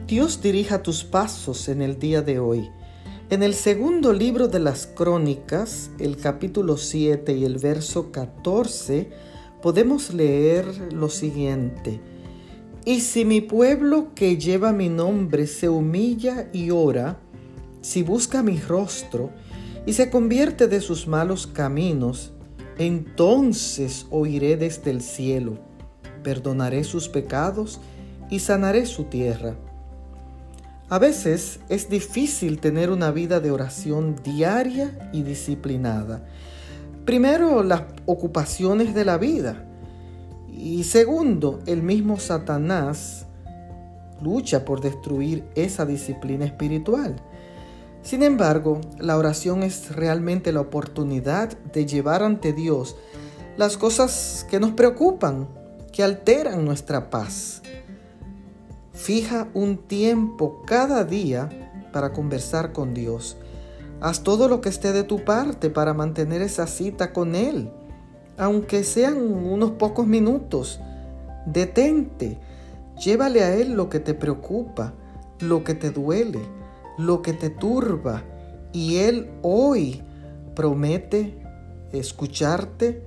Dios dirija tus pasos en el día de hoy. En el segundo libro de las Crónicas, el capítulo 7 y el verso 14, podemos leer lo siguiente: Y si mi pueblo que lleva mi nombre se humilla y ora, si busca mi rostro y se convierte de sus malos caminos, entonces oiré desde el cielo, perdonaré sus pecados y sanaré su tierra. A veces es difícil tener una vida de oración diaria y disciplinada. Primero, las ocupaciones de la vida. Y segundo, el mismo Satanás lucha por destruir esa disciplina espiritual. Sin embargo, la oración es realmente la oportunidad de llevar ante Dios las cosas que nos preocupan, que alteran nuestra paz. Fija un tiempo cada día para conversar con Dios. Haz todo lo que esté de tu parte para mantener esa cita con Él, aunque sean unos pocos minutos. Detente, llévale a Él lo que te preocupa, lo que te duele, lo que te turba, y Él hoy promete escucharte,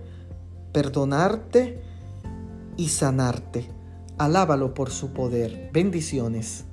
perdonarte y sanarte. Alábalo por su poder. Bendiciones.